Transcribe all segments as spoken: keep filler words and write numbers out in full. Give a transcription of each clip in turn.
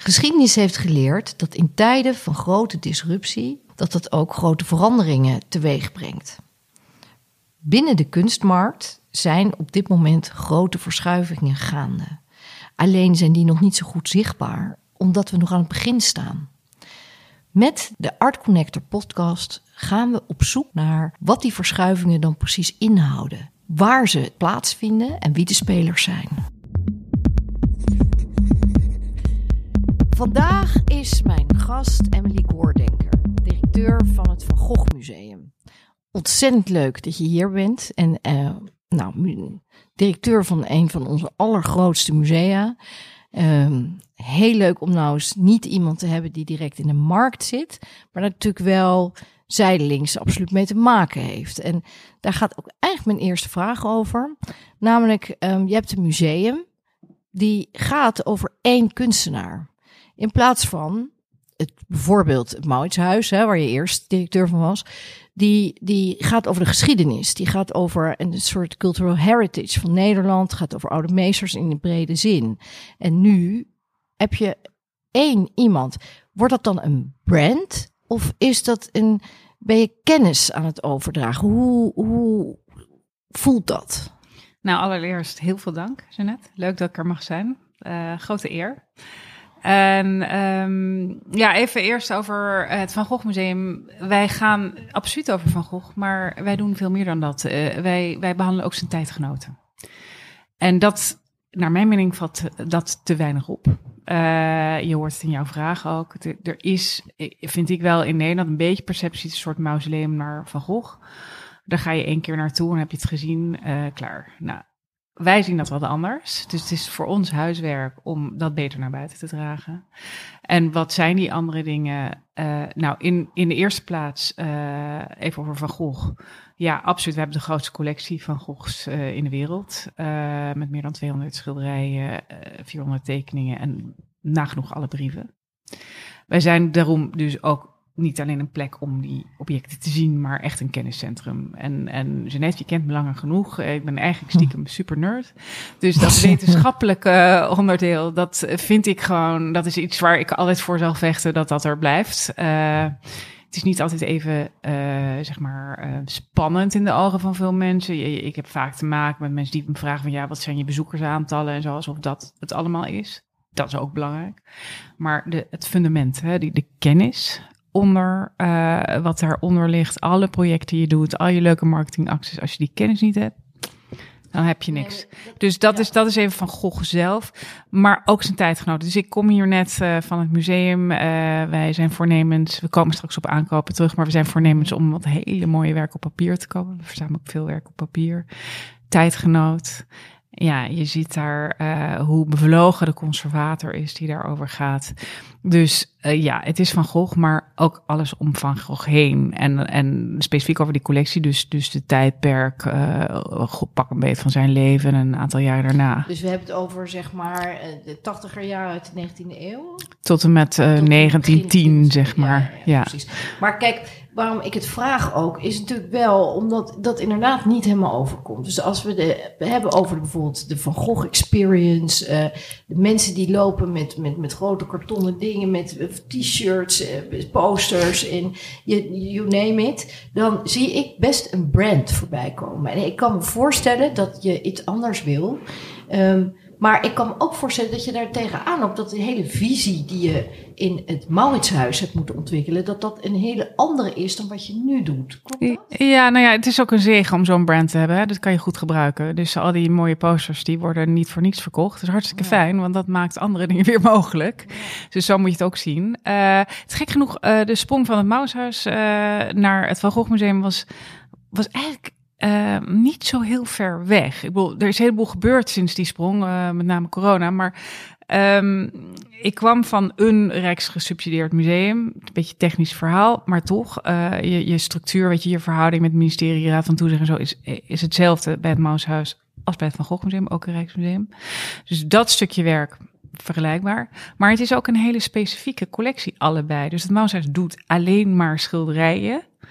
Geschiedenis heeft geleerd dat in tijden van grote disruptie, dat dat ook grote veranderingen teweeg brengt. Binnen de kunstmarkt zijn op dit moment grote verschuivingen gaande. Alleen zijn die nog niet zo goed zichtbaar, omdat we nog aan het begin staan. Met de Art Connector podcast gaan we op zoek naar wat die verschuivingen dan precies inhouden, waar ze plaatsvinden en wie de spelers zijn. Vandaag is mijn gast Emily Goordenker, directeur van het Van Gogh Museum. Ontzettend leuk dat je hier bent en uh, nou, directeur van een van onze allergrootste musea. Um, heel leuk om nou eens niet iemand te hebben die direct in de markt zit, maar natuurlijk wel zijdelings absoluut mee te maken heeft. En daar gaat ook eigenlijk mijn eerste vraag over. Namelijk, um, je hebt een museum die gaat over één kunstenaar. In plaats van het, bijvoorbeeld het Mauritshuis, hè, waar je eerst directeur van was, die, die gaat over de geschiedenis. Die gaat over een soort cultural heritage van Nederland. Gaat over oude meesters in de brede zin. En nu heb je één iemand. Wordt dat dan een brand? Of is dat een, ben je kennis aan het overdragen? Hoe, hoe voelt dat? Nou, allereerst heel veel dank, Jeanette. Leuk dat ik er mag zijn. Uh, grote eer. En um, ja, even eerst over het Van Gogh Museum. Wij gaan absoluut over Van Gogh, maar wij doen veel meer dan dat. Uh, wij, wij behandelen ook zijn tijdgenoten. En dat, naar mijn mening, valt dat te weinig op. Uh, je hoort het in jouw vraag ook. Er is, vind ik wel in Nederland, een beetje perceptie, een soort mausoleum naar Van Gogh. Daar ga je één keer naartoe en heb je het gezien, uh, klaar. Nou, wij zien dat wat anders. Dus het is voor ons huiswerk om dat beter naar buiten te dragen. En wat zijn die andere dingen? Uh, nou, in, in de eerste plaats, uh, even over Van Gogh. Ja, absoluut. We hebben de grootste collectie Van Goghs uh, in de wereld. Uh, met meer dan tweehonderd schilderijen, uh, vierhonderd tekeningen en nagenoeg alle brieven. Wij zijn daarom dus ook niet alleen een plek om die objecten te zien, maar echt een kenniscentrum. En, en Jeanette, je kent me langer genoeg. Ik ben eigenlijk stiekem super nerd. Dus dat wetenschappelijke onderdeel, dat vind ik gewoon, dat is iets waar ik altijd voor zal vechten, dat dat er blijft. Uh, het is niet altijd even, uh, zeg maar, uh, spannend in de ogen van veel mensen. Ik heb vaak te maken met mensen die me vragen van, ja, wat zijn je bezoekersaantallen en zo, alsof dat het allemaal is. Dat is ook belangrijk. Maar de, het fundament, hè, die, de kennis onder uh, wat daaronder ligt, alle projecten die je doet, al je leuke marketingacties, als je die kennis niet hebt, dan heb je niks. Nee, dat, dus dat, ja. is, dat is even Van Gogh zelf, maar ook zijn tijdgenoten. Dus ik kom hier net uh, van het museum. Uh, wij zijn voornemens, we komen straks op aankopen terug, maar we zijn voornemens om wat hele mooie werk op papier te kopen. We verzamelen ook veel werk op papier. Tijdgenoot. Ja, je ziet daar uh, hoe bevlogen de conservator is die daarover gaat. Dus uh, ja, het is Van Gogh, maar ook alles om Van Gogh heen. En, en specifiek over die collectie, dus, dus de tijdperk, uh, pak een beetje van zijn leven en een aantal jaar daarna. Dus we hebben het over, zeg maar, de tachtiger jaren uit de negentiende eeuw? Tot en met uh, Tot negentien tien, zeg maar. Ja, ja, ja, precies. Maar kijk, waarom ik het vraag ook, is natuurlijk wel omdat dat inderdaad niet helemaal overkomt. Dus als we, de, we hebben over bijvoorbeeld de Van Gogh experience, uh, de mensen die lopen met, met, met grote kartonnen dingen, met uh, t-shirts, uh, posters en you, you name it, dan zie ik best een brand voorbij komen. En ik kan me voorstellen dat je iets anders wil. Um, Maar ik kan me ook voorstellen dat je daar tegenaan loopt, dat de hele visie die je in het Mauritshuis hebt moeten ontwikkelen, dat dat een hele andere is dan wat je nu doet. Klopt dat? Ja, nou ja, het is ook een zegen om zo'n brand te hebben. Hè? Dat kan je goed gebruiken. Dus al die mooie posters, die worden niet voor niets verkocht. Dat is hartstikke ja. fijn, want dat maakt andere dingen weer mogelijk. Ja. Dus zo moet je het ook zien. Uh, het is gek genoeg, uh, de sprong van het Mauritshuis uh, naar het Van Gogh Museum was, was eigenlijk Uh, niet zo heel ver weg. Ik bedoel, er is een heleboel gebeurd sinds die sprong, uh, met name corona. Maar um, ik kwam van een rijksgesubsidieerd museum. Een beetje een technisch verhaal, maar toch. Uh, je, je structuur, weet je, je verhouding met het ministerie, Raad van Toezicht en zo is, is hetzelfde bij het Mauritshuis als bij het Van Gogh Museum, ook een Rijksmuseum. Dus dat stukje werk, vergelijkbaar. Maar het is ook een hele specifieke collectie, allebei. Dus het Mauritshuis doet alleen maar schilderijen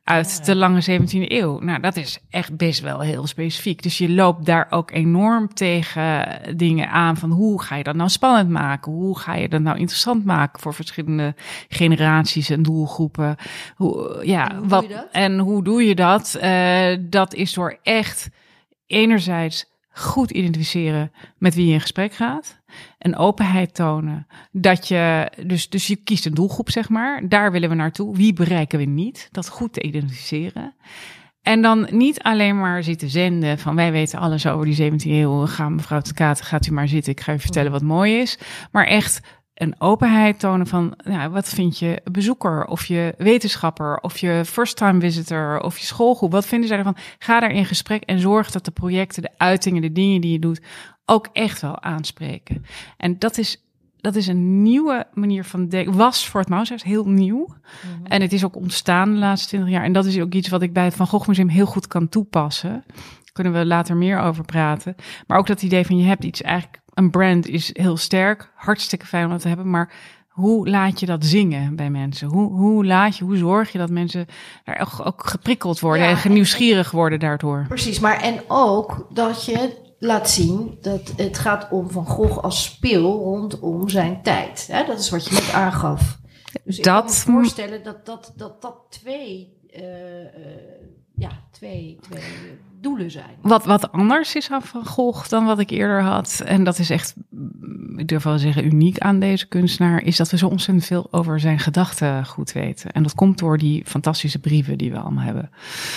uit de lange zeventiende eeuw. Nou, dat is echt best wel heel specifiek. Dus je loopt daar ook enorm tegen dingen aan van hoe ga je dat nou spannend maken? Hoe ga je dat nou interessant maken voor verschillende generaties en doelgroepen? Hoe, ja, en hoe wat, doe je dat? En hoe doe je dat? Uh, dat is door echt enerzijds goed identificeren met wie je in gesprek gaat. En openheid tonen. Dat je, dus, dus je kiest een doelgroep, zeg maar. Daar willen we naartoe. Wie bereiken we niet? Dat goed te identificeren. En dan niet alleen maar zitten zenden van wij weten alles over die zeventiende eeuw. Ga mevrouw de Katen, gaat u maar zitten. Ik ga u vertellen wat mooi is. Maar echt een openheid tonen van, nou, wat vind je bezoeker of je wetenschapper of je first-time visitor of je schoolgroep? Wat vinden zij ervan? Ga daar in gesprek en zorg dat de projecten, de uitingen, de dingen die je doet ook echt wel aanspreken. En dat is, dat is een nieuwe manier van denken. Was voor het Maushuis heel nieuw. Mm-hmm. En het is ook ontstaan de laatste twintig jaar. En dat is ook iets wat ik bij het Van Gogh Museum heel goed kan toepassen. Daar kunnen we later meer over praten. Maar ook dat idee van je hebt iets eigenlijk. Een brand is heel sterk, hartstikke fijn om dat te hebben, maar hoe laat je dat zingen bij mensen? Hoe, hoe laat je, hoe zorg je dat mensen daar ook, ook geprikkeld worden ja, en nieuwsgierig worden daardoor? Precies, maar en ook dat je laat zien dat het gaat om Van Gogh als speel rondom zijn tijd. Hè? Dat is wat je net aangaf. Dus ik dat, kan me voorstellen dat dat, dat, dat twee... Uh, uh, Ja, twee, twee doelen zijn. Wat, wat anders is aan Van Gogh dan wat ik eerder had, en dat is echt, ik durf wel zeggen, uniek aan deze kunstenaar, is dat we zo ontzettend veel over zijn gedachten goed weten. En dat komt door die fantastische brieven die we allemaal hebben.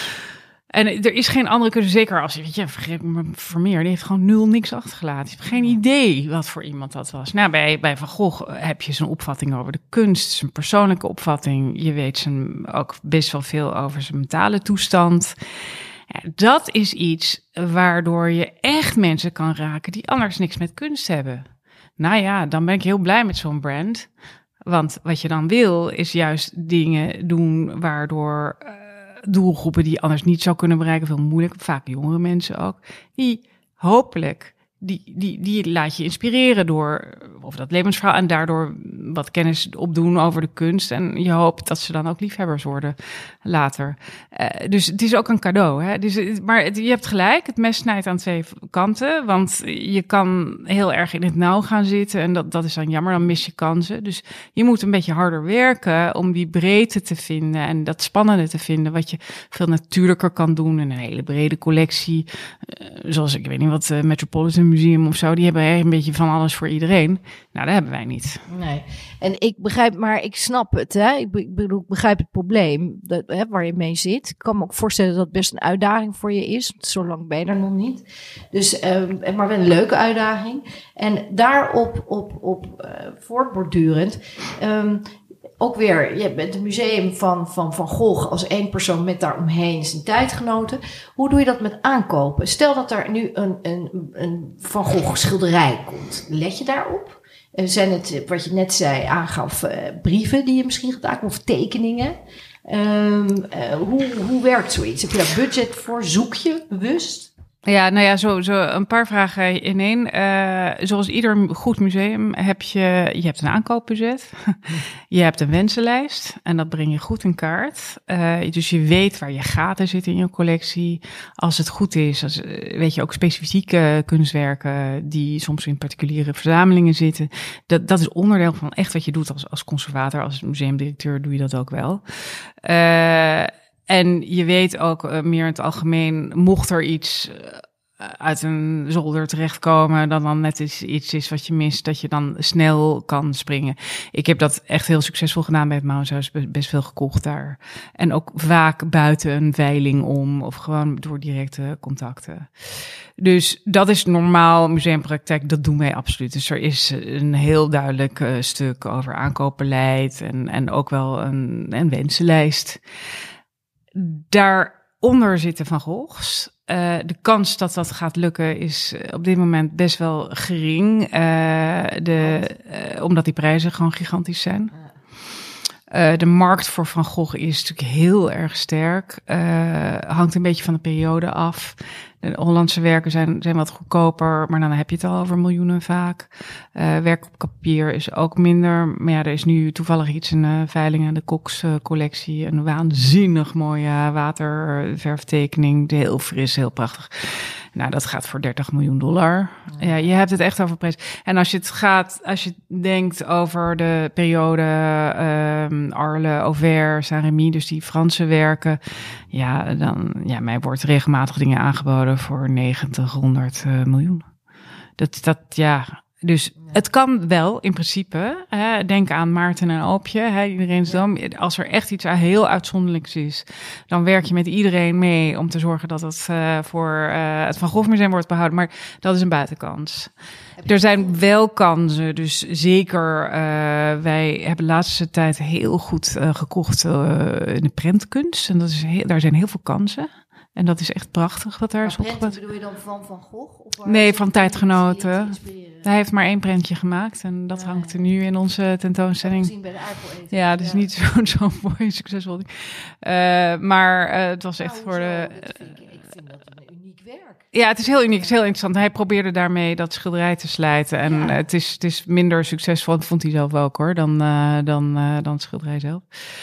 En er is geen andere kunst, zeker als je, weet je, Vermeer, die heeft gewoon nul niks achtergelaten. Je hebt geen idee wat voor iemand dat was. Nou, bij, bij Van Gogh heb je zijn opvatting over de kunst, zijn persoonlijke opvatting. Je weet zijn, ook best wel veel over zijn mentale toestand. Ja, dat is iets waardoor je echt mensen kan raken die anders niks met kunst hebben. Nou ja, dan ben ik heel blij met zo'n brand. Want wat je dan wil, is juist dingen doen waardoor Uh, doelgroepen die anders niet zou kunnen bereiken, veel moeilijk, vaak jongere mensen ook, die hopelijk, die, die, die laat je inspireren door, of dat levensverhaal, en daardoor wat kennis opdoen over de kunst. En je hoopt dat ze dan ook liefhebbers worden later. Uh, dus het is ook een cadeau. Hè? Dus, maar het, je hebt gelijk, het mes snijdt aan twee kanten, want je kan heel erg in het nauw gaan zitten en dat, dat is dan jammer, dan mis je kansen. Dus je moet een beetje harder werken om die breedte te vinden en dat spannende te vinden, wat je veel natuurlijker kan doen in een hele brede collectie. Uh, zoals, ik weet niet wat, uh, Metropolitan Museum of zo, die hebben echt een beetje van alles voor iedereen. Nou, dat hebben wij niet. Nee, en ik begrijp, maar ik snap het, hè. Ik, be- bedoel, ik begrijp het probleem dat, hè, waar je mee zit. Ik kan me ook voorstellen dat het best een uitdaging voor je is. Zo lang ben je er nog niet. Dus, um, maar wel een leuke uitdaging. En daarop op, op, uh, voortbordurend, um, ook weer, je bent een museum van, van Van Gogh als één persoon met daaromheen zijn tijdgenoten. Hoe doe je dat met aankopen? Stel dat er nu een, een, een Van Gogh schilderij komt. Let je daarop? Zijn het, wat je net zei, aangaf, uh, brieven die je misschien gaat aankopen of tekeningen? Um, uh, hoe, hoe werkt zoiets? Heb je daar budget voor? Zoek je bewust? Ja, nou ja, zo, zo een paar vragen in één. Uh, zoals ieder goed museum heb je, je hebt een aankoopbudget. Je hebt een wensenlijst en dat breng je goed in kaart. Uh, dus je weet waar je gaten zitten in je collectie. Als het goed is, als, weet je ook specifieke kunstwerken die soms in particuliere verzamelingen zitten. Dat, dat is onderdeel van echt wat je doet als, als conservator, als museumdirecteur doe je dat ook wel. Uh, En je weet ook uh, meer in het algemeen, mocht er iets uh, uit een zolder terechtkomen, dan dan net iets, iets is wat je mist, dat je dan snel kan springen. Ik heb dat echt heel succesvol gedaan bij het Maushuis, best veel gekocht daar. En ook vaak buiten een veiling om, of gewoon door directe contacten. Dus dat is normaal museumpraktijk, dat doen wij absoluut. Dus er is een heel duidelijk uh, stuk over aankoopbeleid en, en ook wel een, een wensenlijst. Daaronder zitten Van Goghs. Uh, de kans dat dat gaat lukken is op dit moment best wel gering. Uh, de, uh, omdat die prijzen gewoon gigantisch zijn. Uh, de markt voor Van Gogh is natuurlijk heel erg sterk. Uh, hangt een beetje van de periode af. De Hollandse werken zijn, zijn wat goedkoper, maar dan heb je het al over miljoenen vaak. Uh, werk op papier is ook minder. Maar ja, er is nu toevallig iets in uh, veilingen, de Cox uh, collectie. Een waanzinnig mooie waterverftekening. Heel fris, heel prachtig. Nou, dat gaat voor dertig miljoen dollar. Ja. Ja, je hebt het echt over prijs. En als je het gaat, als je denkt over de periode um, Arles, Auvers, Saint-Rémy, dus die Franse werken, ja, dan, ja, mij wordt regelmatig dingen aangeboden voor negentig, honderd uh, miljoen. Dat, dat, ja. Dus ja. Het kan wel, in principe. Hè, denk aan Maarten en Oopje. Hè, iedereen Dam. Ja. Als er echt iets heel uitzonderlijks is, dan werk je met iedereen mee om te zorgen dat het uh, voor uh, het Van Gogh Museum wordt behouden. Maar dat is een buitenkans. Er zijn wel kansen, dus zeker. Uh, wij hebben de laatste tijd heel goed uh, gekocht uh, in de prentkunst. En dat is heel, daar zijn heel veel kansen. En dat is echt prachtig wat daar is opgebouwd. Bedoel je dan van Van Gogh? Of nee, van tijdgenoten. Hij heeft maar één prentje gemaakt en dat ja, hangt er nu in onze tentoonstelling. Gezien bij de aardappel ja, dus ja. Niet zo'n zo mooi succesvol ding. Uh, maar uh, het was echt nou, voor de... Uh, ik, ik vind dat een uniek werk. Ja, het is heel uniek, het is heel interessant. Hij probeerde daarmee dat schilderij te slijten. En ja. het, is, het is minder succesvol, dat vond hij zelf ook hoor, dan, uh, dan, uh, dan het schilderij zelf.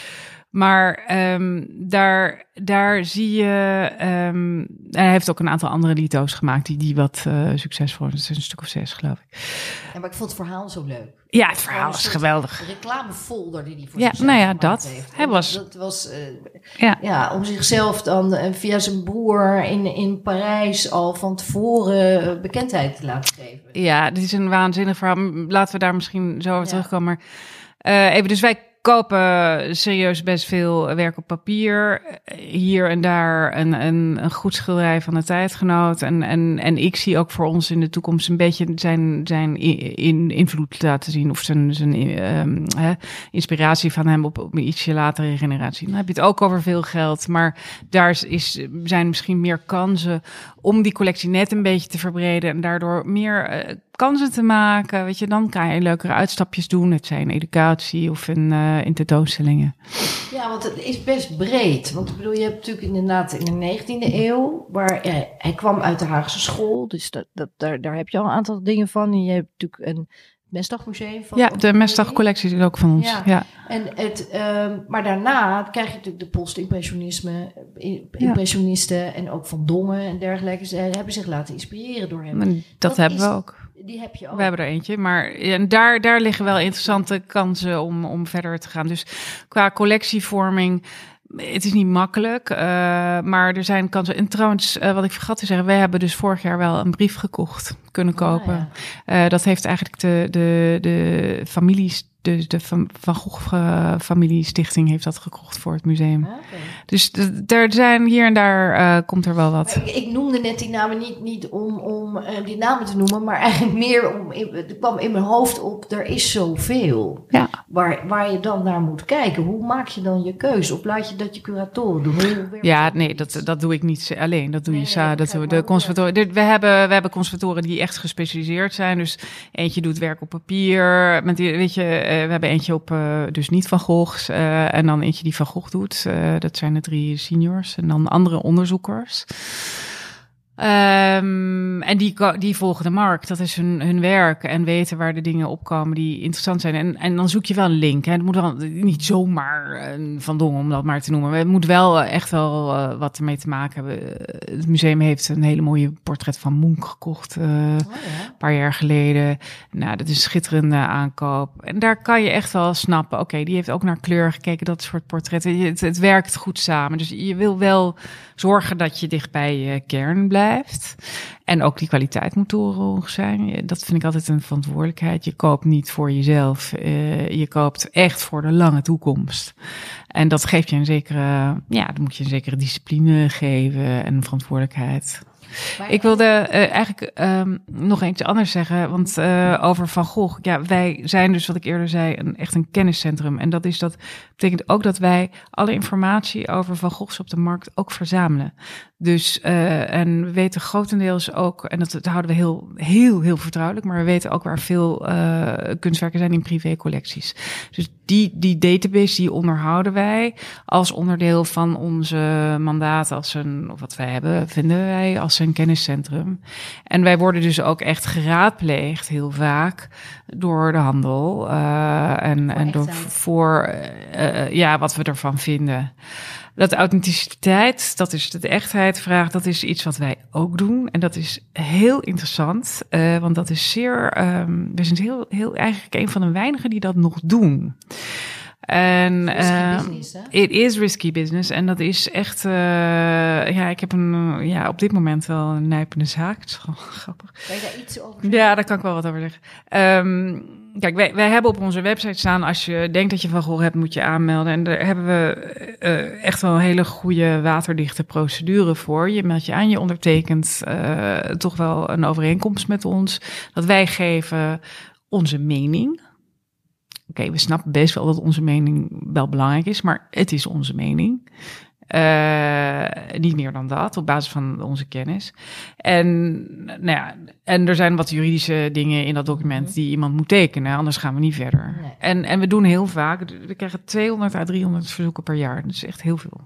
Maar um, daar, daar zie je... Um, hij heeft ook een aantal andere lito's gemaakt die, die wat uh, succesvol zijn. Het is een stuk of zes, geloof ik. Ja, maar ik vond het verhaal zo leuk. Ja, het verhaal is geweldig. Een reclamefolder die hij voor ja, zichzelf nou ja, gemaakt dat. heeft. Hij was... Dat was uh, ja. ja, om zichzelf dan uh, via zijn broer in, in Parijs al van tevoren uh, bekendheid te laten geven. Ja, dit is een waanzinnig verhaal. Laten we daar misschien zo over ja. terugkomen. Maar uh, even, dus wij kopen serieus best veel werk op papier. Hier en daar een, een, een goed schilderij van de tijdgenoot. En, en, en ik zie ook voor ons in de toekomst een beetje zijn, zijn in, invloed laten zien. Of zijn, zijn um, hè, inspiratie van hem op, op een ietsje latere generatie. Dan heb je het ook over veel geld. Maar daar is, zijn misschien meer kansen om die collectie net een beetje te verbreden. En daardoor meer... Uh, kansen te maken, weet je, dan kan je leukere uitstapjes doen. Het zijn educatie of in, uh, in tentoonstellingen. Ja, want het is best breed. Want ik bedoel, je hebt natuurlijk inderdaad in de negentiende eeuw, waar ja, hij kwam uit de Haagse school, dus dat, dat, daar, daar heb je al een aantal dingen van. En je hebt natuurlijk een Mestdagmuseum van. Ja, de Mestdagcollectie is ook van ons. Ja. ja. En het, um, maar daarna krijg je natuurlijk de post-impressionisme, impressionisten ja. en ook Van Dongen en dergelijke. Ze hebben zich laten inspireren door hem. Dat, dat hebben is, we ook. Die heb je ook. We hebben er eentje, maar en daar, daar liggen wel interessante kansen om, om verder te gaan. Dus qua collectievorming, het is niet makkelijk, uh, maar er zijn kansen. En trouwens, uh, wat ik vergat te zeggen, wij hebben dus vorig jaar wel een brief gekocht, kunnen kopen. Ah, ja. uh, dat heeft eigenlijk de, de, de families, de, de Van Gogh uh, familiestichting heeft dat gekocht voor het museum. Okay. Dus d- er zijn hier en daar uh, komt er wel wat. Ik, ik noemde net die namen niet, niet om, om uh, die namen te noemen, maar eigenlijk meer om, er kwam in mijn hoofd op, er is zoveel ja. waar, waar je dan naar moet kijken. Hoe maak je dan je keuze? Of laat je dat je curatoren doen? Hoe ja, nee, dat, dat doe ik niet alleen. Dat doe nee, je samen. Nee, dat de conservatoren. De, we hebben, we hebben conservatoren die echt gespecialiseerd zijn. Dus eentje doet werk op papier. Met die, weet je, we hebben eentje op, uh, dus niet Van Goghs. Uh, en dan eentje die Van Gogh doet. Uh, dat zijn de drie seniors. En dan andere onderzoekers. Um, en die, die volgen de markt. Dat is hun, hun werk. En weten waar de dingen opkomen die interessant zijn. En, en dan zoek je wel een link. Hè. Het moet wel niet zomaar een Van Dongen, om dat maar te noemen. Het moet wel echt wel uh, wat ermee te maken hebben. Het museum heeft een hele mooie portret van Munch gekocht. Uh, oh, ja. Een paar jaar geleden. Nou, dat is een schitterende aankoop. En daar kan je echt wel snappen. Oké, okay, die heeft ook naar kleur gekeken. Dat soort portretten. Het, het werkt goed samen. Dus je wil wel zorgen dat je dicht bij je kern blijft. En ook die kwaliteit moet doorhoog zijn. Dat vind ik altijd een verantwoordelijkheid. Je koopt niet voor jezelf. Uh, je koopt echt voor de lange toekomst. En dat geeft je een zekere, ja, dan moet je een zekere discipline geven en verantwoordelijkheid. Maar ik wilde uh, eigenlijk um, nog iets anders zeggen, want uh, over Van Gogh. Ja, wij zijn dus, wat ik eerder zei, een, echt een kenniscentrum. En dat is dat betekent ook dat wij alle informatie over Van Goghs op de markt ook verzamelen. Dus, uh, en we weten grotendeels ook, en dat, dat houden we heel, heel, heel vertrouwelijk, maar we weten ook waar veel uh, kunstwerken zijn in privécollecties. Dus die, die database, die onderhouden wij als onderdeel van onze mandaat, als een, of wat wij hebben, vinden wij als een kenniscentrum. En wij worden dus ook echt geraadpleegd, heel vaak, door de handel. Uh, en, voor en door, voor, uh, ja, wat we ervan vinden. Dat authenticiteit, dat is de echtheid vraag, dat is iets wat wij ook doen. En dat is heel interessant, uh, want dat is zeer, um, we zijn heel, heel eigenlijk een van de weinigen die dat nog doen. En risky business, hè? It is risky business. En dat is echt, uh, ja, ik heb een, ja, op dit moment wel een nijpende zaak. Het is gewoon grappig. Kan je daar iets over zeggen? Ja, daar kan ik wel wat over zeggen. Um, Kijk, wij, wij hebben op onze website staan, als je denkt dat je Van Gogh hebt, moet je aanmelden. En daar hebben we uh, echt wel een hele goede waterdichte procedure voor. Je meldt je aan, je ondertekent uh, toch wel een overeenkomst met ons. Dat wij geven onze mening. Oké, okay, we snappen best wel dat onze mening wel belangrijk is, maar het is onze mening. Uh, niet meer dan dat, op basis van onze kennis. En, nou ja, en er zijn wat juridische dingen in dat document die iemand moet tekenen, anders gaan we niet verder. Nee. En, en we doen heel vaak, we krijgen tweehonderd à driehonderd verzoeken per jaar. Dat is echt heel veel.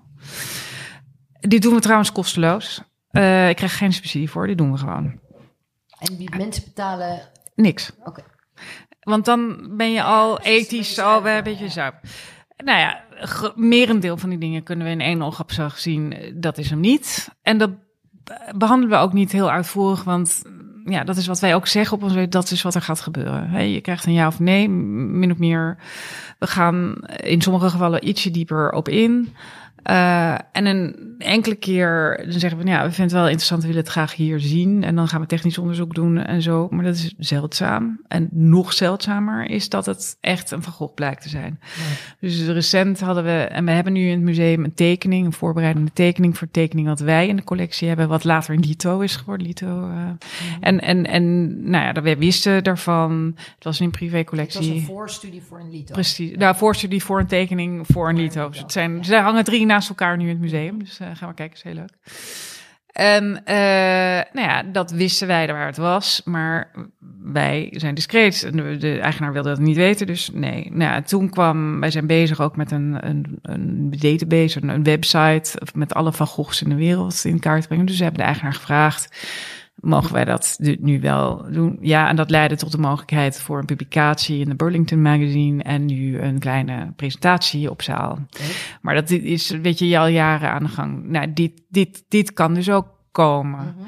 Dit doen we trouwens kosteloos. Uh, ik krijg geen subsidie voor, dit doen we gewoon. En die mensen betalen? Niks. Oké. Okay. Want dan ben je al ja, ethisch al een beetje zuip. Nou ja, merendeel van die dingen kunnen we in één oogopslag zien. Dat is hem niet. En dat behandelen we ook niet heel uitvoerig, want ja, dat is wat wij ook zeggen op ons weet. Dat is wat er gaat gebeuren. He, je krijgt een ja of nee, min of meer. We gaan in sommige gevallen ietsje dieper op in. Uh, en een enkele keer dan zeggen we, ja, we vinden het wel interessant, we willen het graag hier zien. En dan gaan we technisch onderzoek doen en zo. Maar dat is zeldzaam. En nog zeldzamer is dat het echt een Van Gogh blijkt te zijn. Ja. Dus recent hadden we, en we hebben nu in het museum een tekening, een voorbereidende tekening voor tekening wat wij in de collectie hebben, wat later in Lito is geworden. Lito. Uh. Mm-hmm. En, en, en nou ja, we wisten daarvan. Het was een privécollectie. Het was een voorstudie voor een Lito. Precies. Ja. Nou, voorstudie voor een tekening voor een Lito. Dus het zijn, ja. Ze hangen drie naast elkaar nu in het museum. Dus uh, gaan we kijken, is heel leuk. En uh, nou ja, dat wisten wij waar het was, maar wij zijn discreet. En de, de eigenaar wilde dat niet weten, dus nee. Nou ja, toen kwam, wij zijn bezig ook met een, een, een database, een, een website met alle Van Goghs in de wereld in kaart te brengen. Dus we hebben de eigenaar gevraagd, mogen wij dat nu wel doen? Ja, en dat leidde tot de mogelijkheid voor een publicatie in de Burlington Magazine en nu een kleine presentatie op zaal. Okay. Maar dat is, weet je, al jaren aan de gang. Nou, dit, dit, dit kan dus ook komen. Mm-hmm.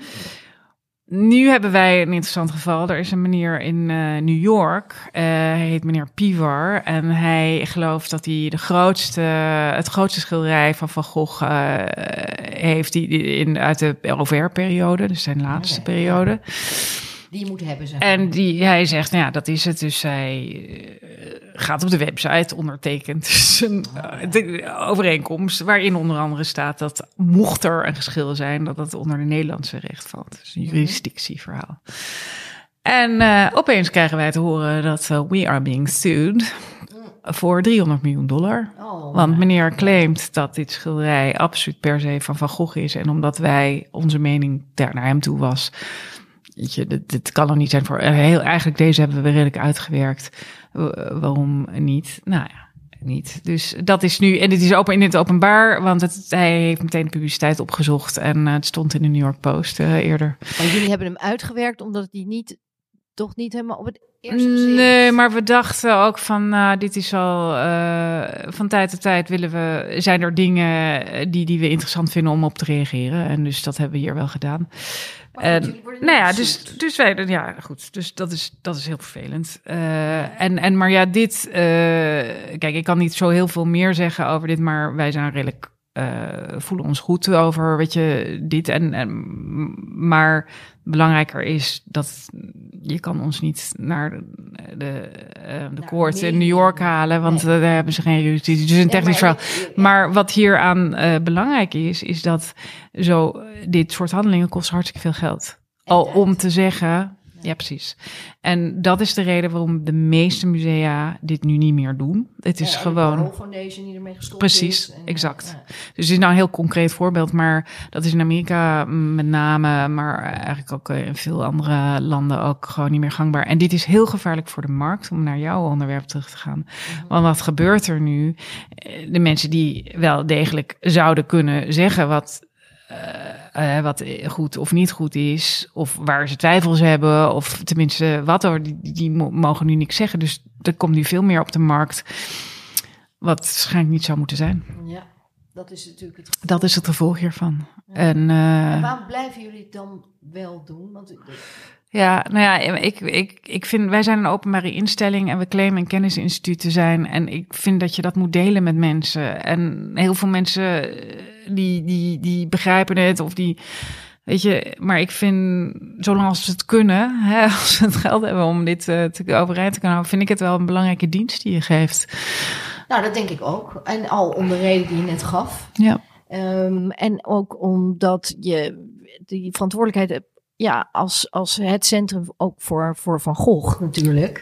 Nu hebben wij een interessant geval. Er is een meneer in uh, New York, uh, hij heet meneer Pivar, en hij gelooft dat hij de grootste, het grootste schilderij van Van Gogh uh, heeft die, die in, uit de L V R-periode, dus zijn laatste okay. periode. Die je moet hebben, zeg maar. En die, hij zegt, nou ja, dat is het. Dus hij uh, gaat op de website, ondertekent dus een uh, de overeenkomst, waarin onder andere staat dat mocht er een geschil zijn, dat dat onder de Nederlandse recht valt. Dus een jurisdictieverhaal. En uh, opeens krijgen wij te horen dat uh, we are being sued voor driehonderd miljoen dollar. Oh, Want meneer claimt dat dit schilderij absoluut per se van Van Gogh is. En omdat wij, onze mening daar naar hem toe was, weet je, dit, dit kan er niet zijn voor. Heel, eigenlijk deze hebben we redelijk uitgewerkt. Uh, waarom niet? Nou ja, niet. Dus dat is nu, en dit is open in het openbaar, want het, hij heeft meteen de publiciteit opgezocht en uh, het stond in de New York Post uh, eerder. Maar jullie hebben hem uitgewerkt omdat hij niet, toch niet helemaal op het eerste gezicht. Nee, maar we dachten ook van, nou, dit is al uh, van tijd tot tijd willen we, zijn er dingen die, die we interessant vinden om op te reageren. En dus dat hebben we hier wel gedaan. En, nou ja, dus, dus wij, ja, goed, dus dat is, dat is heel vervelend. Uh, en, en, maar ja, dit, uh, kijk, ik kan niet zo heel veel meer zeggen over dit, maar wij zijn redelijk, uh, voelen ons goed over, weet je, dit en, en, maar belangrijker is dat je kan ons niet naar de, de, uh, de nou, koord nee, in New York halen, want nee. uh, daar hebben ze geen jurisdictie. Dus een technisch verhaal. Ja, ja. Maar wat hier aan uh, belangrijk is, is dat zo dit soort handelingen kost hartstikke veel geld. Al om te zeggen, ja. ja, precies. En dat is de reden waarom de meeste musea dit nu niet meer doen. Het is ja, gewoon... de Foundation die ermee gestopt precies, is. En, exact. Ja. Dus het is nou een heel concreet voorbeeld, maar dat is in Amerika met name, maar eigenlijk ook in veel andere landen ook gewoon niet meer gangbaar. En dit is heel gevaarlijk voor de markt, om naar jouw onderwerp terug te gaan. Mm-hmm. Want wat gebeurt er nu? De mensen die wel degelijk zouden kunnen zeggen wat... Uh, uh, wat goed of niet goed is, of waar ze twijfels hebben, of tenminste wat er, die, die mogen nu niks zeggen. Dus er komt nu veel meer op de markt, wat waarschijnlijk niet zou moeten zijn. Ja, dat is natuurlijk het gevolg. Dat is het gevolg hiervan. Ja. En, uh, en waarom blijven jullie het dan wel doen? Want... Ja, nou ja, ik, ik, ik vind, wij zijn een openbare instelling en we claimen een kennisinstituut te zijn. En ik vind dat je dat moet delen met mensen. En heel veel mensen die, die, die begrijpen het of die, weet je, maar ik vind, zolang als ze het kunnen, hè, als we het geld hebben om dit uh, te, overeind te kunnen houden, vind ik het wel een belangrijke dienst die je geeft. Nou, dat denk ik ook. En al om de reden die je net gaf. Ja. Um, en ook omdat je die verantwoordelijkheid hebt. Ja, als, als het centrum ook voor, voor Van Gogh natuurlijk,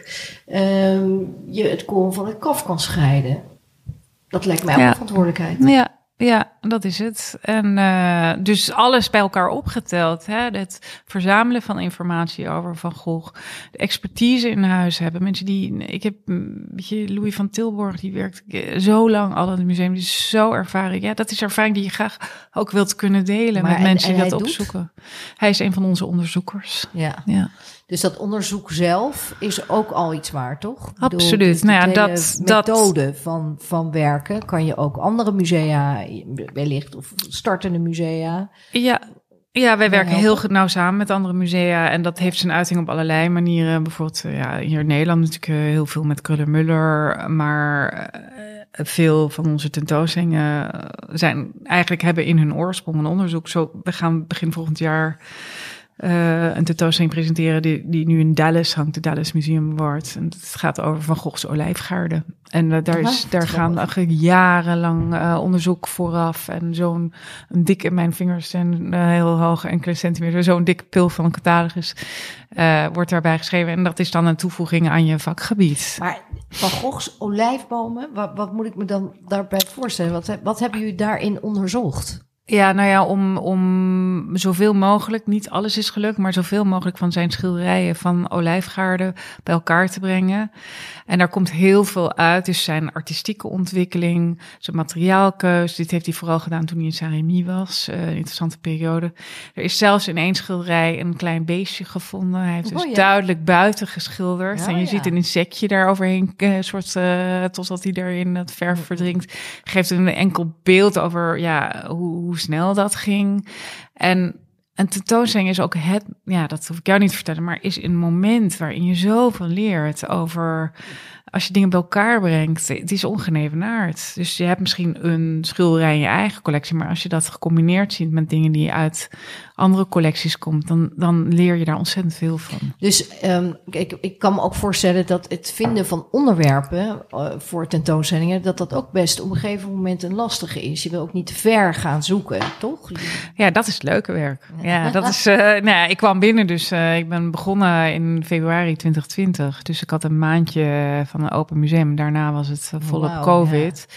um, je het koren van het kaf kan scheiden. Dat lijkt mij ook ja. een verantwoordelijkheid. Ja, ja, dat is het. En uh, dus alles bij elkaar opgeteld. Hè? Het verzamelen van informatie over Van Gogh. De expertise in huis hebben. Mensen die... Ik heb, weet je, Louis van Tilburg, die werkt zo lang al in het museum. Die is zo ervaring. Ja, dat is ervaring die je graag ook wilt kunnen delen maar met en, mensen en die dat opzoeken. Doet? Hij is een van onze onderzoekers. Ja. ja. Dus dat onderzoek zelf is ook al iets waar, toch? Absoluut. Bedoel, nou ja, dat methode dat... van, van werken kan je ook andere musea wellicht of startende musea. Ja. Ja, wij werken heel nauw samen met andere musea en dat heeft zijn uiting op allerlei manieren. Bijvoorbeeld ja, hier in Nederland natuurlijk heel veel met Kröller-Müller, maar uh, veel van onze tentoonstellingen zijn eigenlijk hebben in hun oorsprong een onderzoek. Zo, we gaan begin volgend jaar uh, een tentoonstelling presenteren die, die nu in Dallas hangt, de Dallas Museum Award. En het gaat over Van Gogh's olijfgaarden. En uh, daar, is, daar gaan eigenlijk jarenlang uh, onderzoek vooraf. En zo'n een dik in mijn vingers en uh, heel hoog enkele centimeter, zo'n dikke pil van een catalogus uh, wordt daarbij geschreven. En dat is dan een toevoeging aan je vakgebied. Maar Van Gogh's olijfbomen, wat, wat moet ik me dan daarbij voorstellen? Wat, wat hebben jullie daarin onderzocht? Ja, nou ja, om, om zoveel mogelijk, niet alles is gelukt, maar zoveel mogelijk van zijn schilderijen van olijfgaarden bij elkaar te brengen. En daar komt heel veel uit, dus zijn artistieke ontwikkeling, zijn materiaalkeus. Dit heeft hij vooral gedaan toen hij in Saint-Rémy was, uh, een interessante periode. Er is zelfs in één schilderij een klein beestje gevonden. Hij heeft dus oh, ja. duidelijk buiten geschilderd. Oh, en je ja. ziet een insectje daar overheen, uh, soort, uh, totdat hij erin het verf verdrinkt. Geeft een enkel beeld over ja, hoe, hoe snel dat ging. En een tentoonstelling is ook het, ja, dat hoef ik jou niet te vertellen, maar is een moment waarin je zoveel leert over, als je dingen bij elkaar brengt, het is ongenevenaard. Dus je hebt misschien een schilderij in je eigen collectie, maar als je dat gecombineerd ziet met dingen die uit andere collecties komt, dan, dan leer je daar ontzettend veel van. Dus um, ik, ik kan me ook voorstellen dat het vinden van onderwerpen uh, voor tentoonstellingen, dat dat ook best op een gegeven moment een lastige is. Je wil ook niet te ver gaan zoeken, toch? Ja, dat is het leuke werk. Ja, dat is. Uh, nou ja, ik kwam binnen, dus uh, ik ben begonnen in februari twintig twintig. Dus ik had een maandje van een open museum. Daarna was het uh, volop wow, COVID. Ja.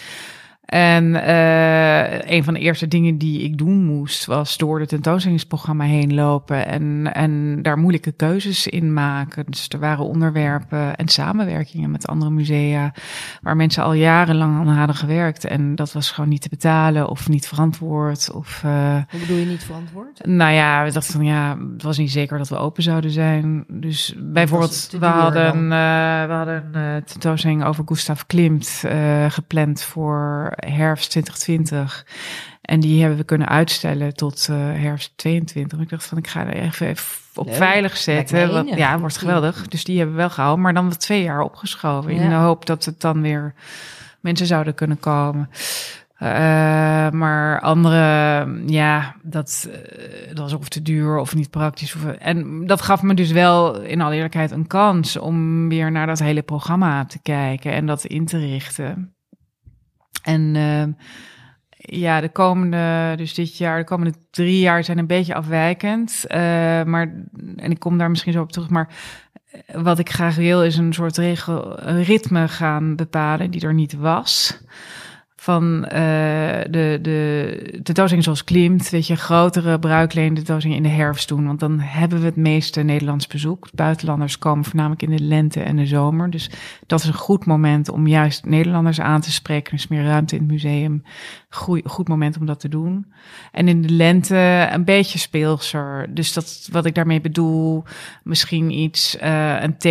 En uh, een van de eerste dingen die ik doen moest, was door het tentoonstellingsprogramma heen lopen en, en daar moeilijke keuzes in maken. Dus er waren onderwerpen en samenwerkingen met andere musea, waar mensen al jarenlang aan hadden gewerkt. En dat was gewoon niet te betalen of niet verantwoord. Of, uh, Hoe bedoel je niet verantwoord? Nou ja, we dachten van ja, het was niet zeker dat we open zouden zijn. Dus bijvoorbeeld, we hadden, uh, we hadden een uh, tentoonstelling over Gustav Klimt uh, gepland voor herfst twintig twintig. En die hebben we kunnen uitstellen tot uh, herfst tweeëntwintig. Ik dacht van, ik ga er even, even op Leuk. veilig zetten. Want, ja, wordt geweldig. Dus die hebben we wel gehouden. Maar dan wat twee jaar opgeschoven. Ja. In de hoop dat het dan weer mensen zouden kunnen komen. Uh, maar andere, ja, dat, uh, dat was of te duur of niet praktisch. Of, en dat gaf me dus wel in alle eerlijkheid een kans om weer naar dat hele programma te kijken en dat in te richten. En uh, ja, de komende, dus dit jaar, de komende drie jaar zijn een beetje afwijkend. Uh, maar, en ik kom daar misschien zo op terug, maar wat ik graag wil is een soort regel, een ritme gaan bepalen die er niet was. Van uh, de, de tentoonstelling zoals Klimt, weet je, grotere bruikleen tentoonstelling in de herfst doen. Want dan hebben we het meeste Nederlands bezoek. Buitenlanders komen voornamelijk in de lente en de zomer. Dus dat is een goed moment om juist Nederlanders aan te spreken. Er is meer ruimte in het museum. Goeie, goed moment om dat te doen. En in de lente een beetje speelser. Dus dat wat ik daarmee bedoel, misschien iets, uh, een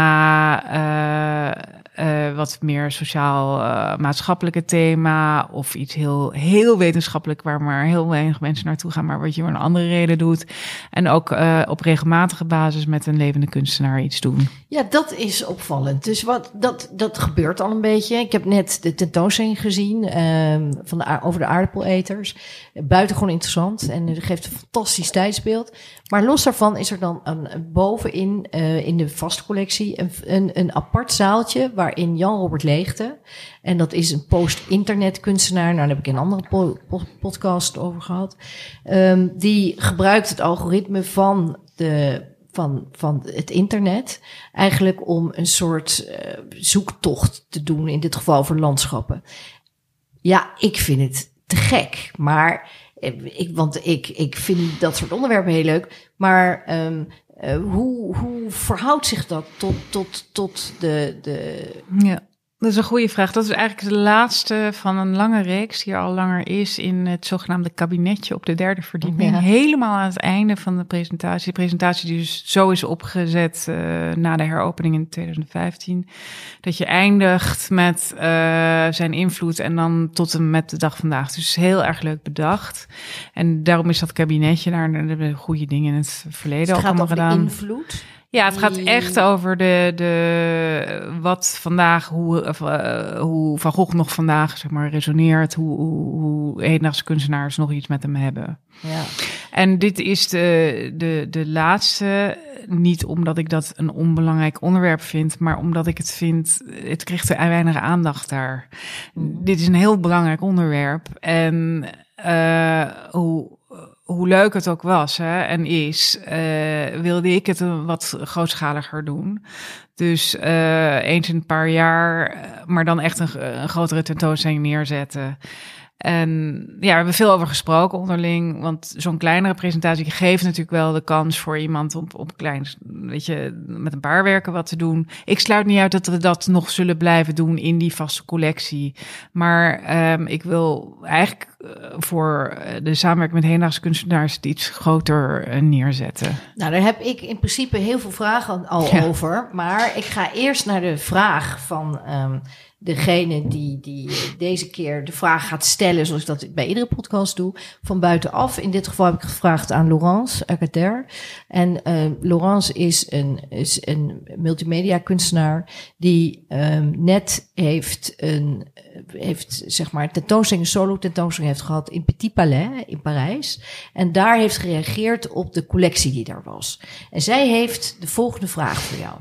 thema... Uh, Uh, wat meer sociaal-maatschappelijke uh, thema of iets heel, heel wetenschappelijk waar maar heel weinig mensen naartoe gaan, maar wat je voor een andere reden doet. En ook uh, op regelmatige basis met een levende kunstenaar iets doen. Ja, dat is opvallend. Dus wat, dat, dat gebeurt al een beetje. Ik heb net de tentoonstelling gezien uh, van de, over de aardappeleters. Buitengewoon interessant en het geeft een fantastisch tijdsbeeld. Maar los daarvan is er dan een, bovenin uh, in de vastcollectie een, een, een apart zaaltje waarin Jan-Robert Leegte, en dat is een post-internet kunstenaar, nou daar heb ik een andere po- po- podcast over gehad, um, die gebruikt het algoritme van de van, van het internet eigenlijk om een soort uh, zoektocht te doen, in dit geval voor landschappen. Ja, ik vind het te gek, maar ik, want ik, ik vind dat soort onderwerpen heel leuk, maar um, uh, hoe, hoe verhoudt zich dat tot, tot, tot de, de... Ja, dat is een goede vraag. Dat is eigenlijk de laatste van een lange reeks die al langer is in het zogenaamde kabinetje op de derde verdieping. Ja. Helemaal aan het einde van de presentatie. De presentatie die dus zo is opgezet uh, na de heropening in twintig vijftien. Dat je eindigt met uh, zijn invloed en dan tot en met de dag vandaag. Dus heel erg leuk bedacht. En daarom is dat kabinetje daar. Daar hebben we goede dingen in het verleden dus het ook allemaal gedaan. Het gaat over invloed? Ja, het gaat echt over de, de wat vandaag, hoe, uh, hoe Van Gogh nog vandaag zeg maar resoneert, hoe, hoe, hoe hedendaagse kunstenaars nog iets met hem hebben. Ja. En dit is de, de, de laatste, niet omdat ik dat een onbelangrijk onderwerp vind, maar omdat ik het vind, het krijgt te weinig aandacht daar. Mm. Dit is een heel belangrijk onderwerp en uh, hoe... Hoe leuk het ook was hè, en is, uh, wilde ik het een wat grootschaliger doen. Dus uh, eens in een paar jaar, maar dan echt een, een grotere tentoonstelling neerzetten. En ja, we hebben veel over gesproken onderling, want zo'n kleinere presentatie geeft natuurlijk wel de kans voor iemand om op klein, weet je, met een paar werken wat te doen. Ik sluit niet uit dat we dat nog zullen blijven doen in die vaste collectie. Maar um, ik wil eigenlijk uh, voor de samenwerking met hedendaagse kunstenaars het iets groter uh, neerzetten. Nou, daar heb ik in principe heel veel vragen al ja. over. Maar ik ga eerst naar de vraag van um, degene die, die deze keer de vraag gaat stellen, zoals ik dat bij iedere podcast doe, van buitenaf. In dit geval heb ik gevraagd aan Laurence Acater. En uh, Laurence is een, is een multimedia kunstenaar die um, net heeft een, heeft zeg maar tentoonstelling, een solo tentoonstelling heeft gehad in Petit Palais in Parijs. En daar heeft gereageerd op de collectie die daar was. En zij heeft de volgende vraag voor jou.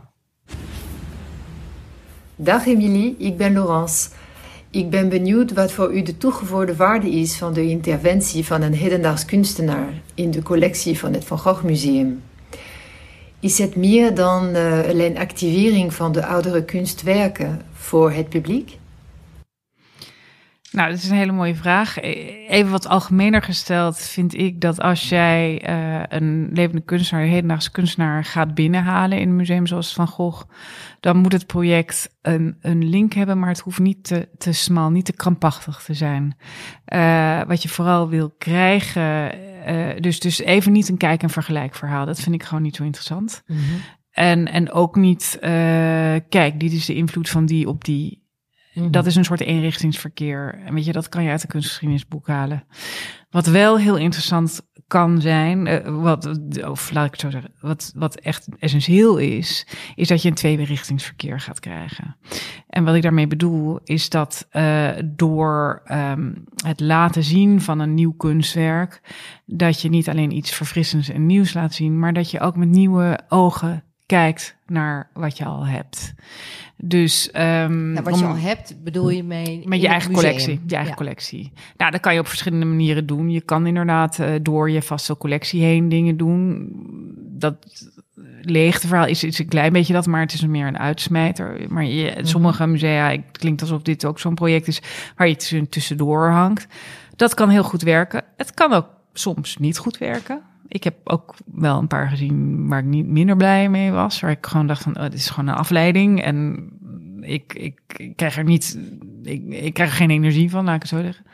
Dag Emilie, ik ben Laurence. Ik ben benieuwd wat voor u de toegevoegde waarde is van de interventie van een hedendaags kunstenaar in de collectie van het Van Gogh Museum. Is het meer dan uh, alleen activering van de oudere kunstwerken voor het publiek? Nou, dat is een hele mooie vraag. Even wat algemener gesteld vind ik dat als jij uh, een levende kunstenaar, een hedendaagse kunstenaar gaat binnenhalen in een museum zoals Van Gogh, dan moet het project een, een link hebben, maar het hoeft niet te, te smal, niet te krampachtig te zijn. Uh, wat je vooral wil krijgen, uh, dus, dus even niet een kijk- en vergelijkverhaal. Dat vind ik gewoon niet zo interessant. Mm-hmm. En, en ook niet, uh, kijk, dit is de invloed van die op die. Mm-hmm. Dat is een soort eenrichtingsverkeer. En weet je, dat kan je uit een kunstgeschiedenisboek halen. Wat wel heel interessant kan zijn, uh, wat, of laat ik het zo zeggen, wat, wat echt essentieel is, is dat je een tweerichtingsverkeer gaat krijgen. En wat ik daarmee bedoel, is dat uh, door um, het laten zien van een nieuw kunstwerk, dat je niet alleen iets verfrissends en nieuws laat zien, maar dat je ook met nieuwe ogen kijkt naar wat je al hebt. Dus um, nou, wat je al hebt, bedoel je mee met je eigen museum. collectie. Je eigen ja. collectie. Nou, dat kan je op verschillende manieren doen. Je kan inderdaad uh, door je vaste collectie heen dingen doen. Dat leegteverhaal is, is een klein beetje dat, maar het is meer een uitsmijter. Maar je, mm-hmm. sommige musea, het klinkt alsof dit ook zo'n project is waar je tussendoor hangt. Dat kan heel goed werken. Het kan ook soms niet goed werken. Ik heb ook wel een paar gezien waar ik niet minder blij mee was. Waar ik gewoon dacht van, oh, dit is gewoon een afleiding. En ik, ik, ik krijg er niet, ik, ik krijg er geen energie van, laat ik het zo zeggen.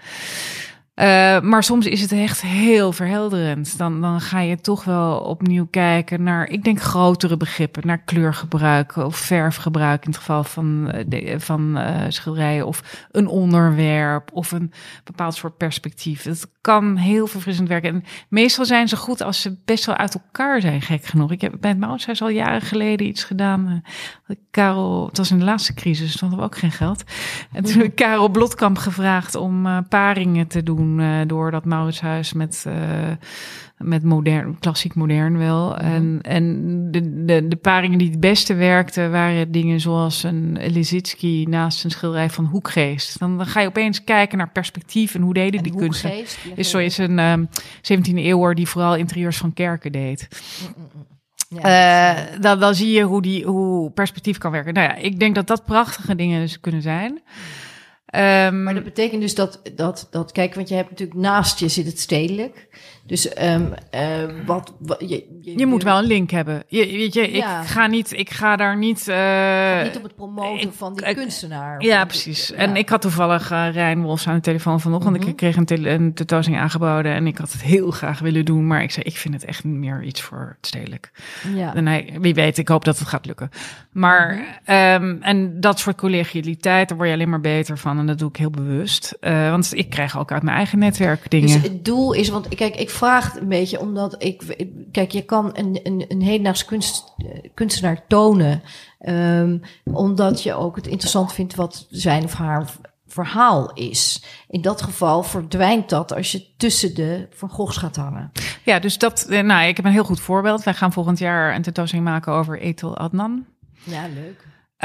Uh, maar soms is het echt heel verhelderend. Dan, dan ga je toch wel opnieuw kijken naar, ik denk, grotere begrippen. Naar kleurgebruik of verfgebruik in het geval van, de, van uh, schilderijen. Of een onderwerp of een bepaald soort perspectief. Het kan heel verfrissend werken. En meestal zijn ze goed als ze best wel uit elkaar zijn, gek genoeg. Ik heb bij het Mauritshuis al jaren geleden iets gedaan. Uh, Karel, het was in de laatste crisis, dus hadden we ook geen geld. En toen heb ik Karel Blotkamp gevraagd om uh, paringen te doen. Uh, door dat Mauritshuis met, uh, met modern, klassiek modern wel. Mm-hmm. En, en de, de, de paringen die het beste werkten waren dingen zoals een Lissitzky naast een schilderij van Hoekgeest. Dan, dan ga je opeens kijken naar perspectief en hoe deden en die kunsten. Is zoiets een um, zeventiende eeuwer die vooral interieurs van kerken deed. Mm-mm. Ja, uh, dan, dan zie je hoe, die, hoe perspectief kan werken. Nou ja, ik denk dat dat prachtige dingen dus kunnen zijn. Um, maar dat betekent dus dat, dat, dat, kijk, want je hebt natuurlijk naast je zit het stedelijk. Dus um, uh, wat, wat je, je, je moet wel een link hebben. Je, weet je, ja. ik ga niet, ik ga daar niet. Uh, ga niet op het promoten ik, van die ik, kunstenaar. Ja, precies. Ja. En ik had toevallig uh, Rijn Wolfs aan de telefoon vanochtend. Mm-hmm. Ik kreeg een, tele- een tentoonstelling aangeboden en ik had het heel graag willen doen, maar ik zei, ik vind het echt meer iets voor het stedelijk. Ja. En hij, wie weet, ik hoop dat het gaat lukken. Maar mm-hmm. um, en dat soort collegialiteit, daar word je alleen maar beter van. En dat doe ik heel bewust. Uh, want ik krijg ook uit mijn eigen netwerk dingen. Dus het doel is, want kijk, ik vraag het een beetje omdat ik, kijk, je kan een, een, een hedendaags kunst, kunstenaar tonen, um, omdat je ook het interessant vindt wat zijn of haar verhaal is. In dat geval verdwijnt dat als je tussen de Van Goghs gaat hangen. Ja, dus dat, nou, ik heb een heel goed voorbeeld. Wij gaan volgend jaar een tentoonstelling maken over Etel Adnan. Ja, leuk.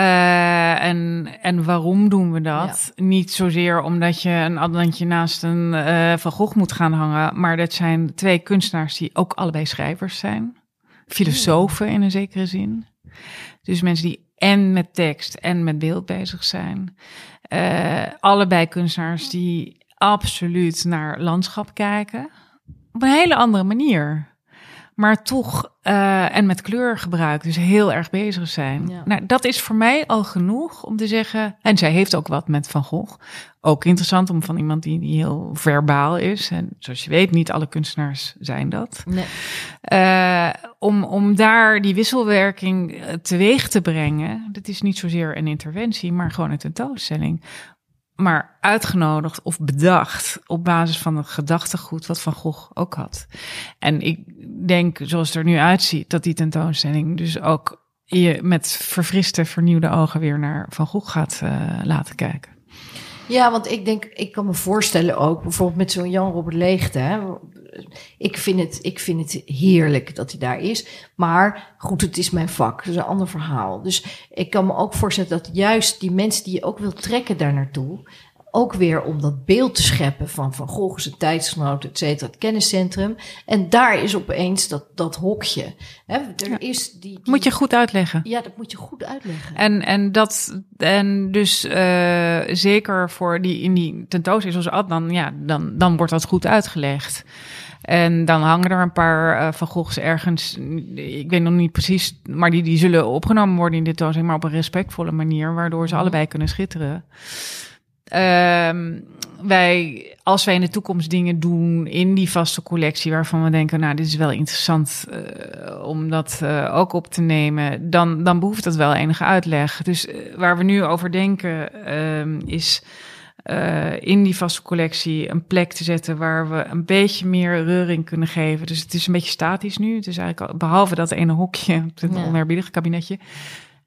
Uh, en, en waarom doen we dat? Ja. Niet zozeer omdat je een Adnantje naast een uh, Van Gogh moet gaan hangen, maar dat zijn twee kunstenaars die ook allebei schrijvers zijn. Filosofen in een zekere zin. Dus mensen die en met tekst en met beeld bezig zijn. Uh, allebei kunstenaars die absoluut naar landschap kijken. Op een hele andere manier. Maar toch, uh, en met kleurgebruik, dus heel erg bezig zijn. Ja. Nou, dat is voor mij al genoeg om te zeggen. En zij heeft ook wat met Van Gogh. Ook interessant om van iemand die, die heel verbaal is. En zoals je weet, niet alle kunstenaars zijn dat. Nee. Uh, om, om daar die wisselwerking teweeg te brengen. Dat is niet zozeer een interventie, maar gewoon een tentoonstelling. Maar uitgenodigd of bedacht op basis van het gedachtegoed wat Van Gogh ook had. En ik denk, zoals het er nu uitziet, dat die tentoonstelling dus ook je met verfriste, vernieuwde ogen weer naar Van Gogh gaat uh, laten kijken. Ja, want ik denk, ik kan me voorstellen ook, bijvoorbeeld met zo'n Jan Robert Leegte. Hè, ik, vind het, ik vind het heerlijk dat hij daar is. Maar goed, het is mijn vak. Dat is een ander verhaal. Dus ik kan me ook voorstellen dat juist die mensen die je ook wil trekken daar naartoe, ook weer om dat beeld te scheppen van Van Gogh, zijn tijdsgenoot, et cetera, het kenniscentrum. En daar is opeens dat, dat hokje. Hè, er ja. is die, die... Moet je goed uitleggen. Ja, dat moet je goed uitleggen. En, en dat, en dus uh, zeker voor die, in die tentoonstelling zoals Adnan, ja, dan, dan wordt dat goed uitgelegd. En dan hangen er een paar uh, Van Goghs ergens, ik weet nog niet precies, maar die, die zullen opgenomen worden in dit tentoonstelling, maar op een respectvolle manier, waardoor ze mm. allebei kunnen schitteren. Uh, wij, als wij in de toekomst dingen doen in die vaste collectie waarvan we denken, nou, dit is wel interessant uh, om dat uh, ook op te nemen, dan, dan behoeft dat wel enige uitleg. Dus uh, waar we nu over denken uh, is uh, in die vaste collectie een plek te zetten waar we een beetje meer reuring kunnen geven. Dus het is een beetje statisch nu. Het is eigenlijk al, behalve dat ene hokje, het ja. oneerbiedige kabinetje.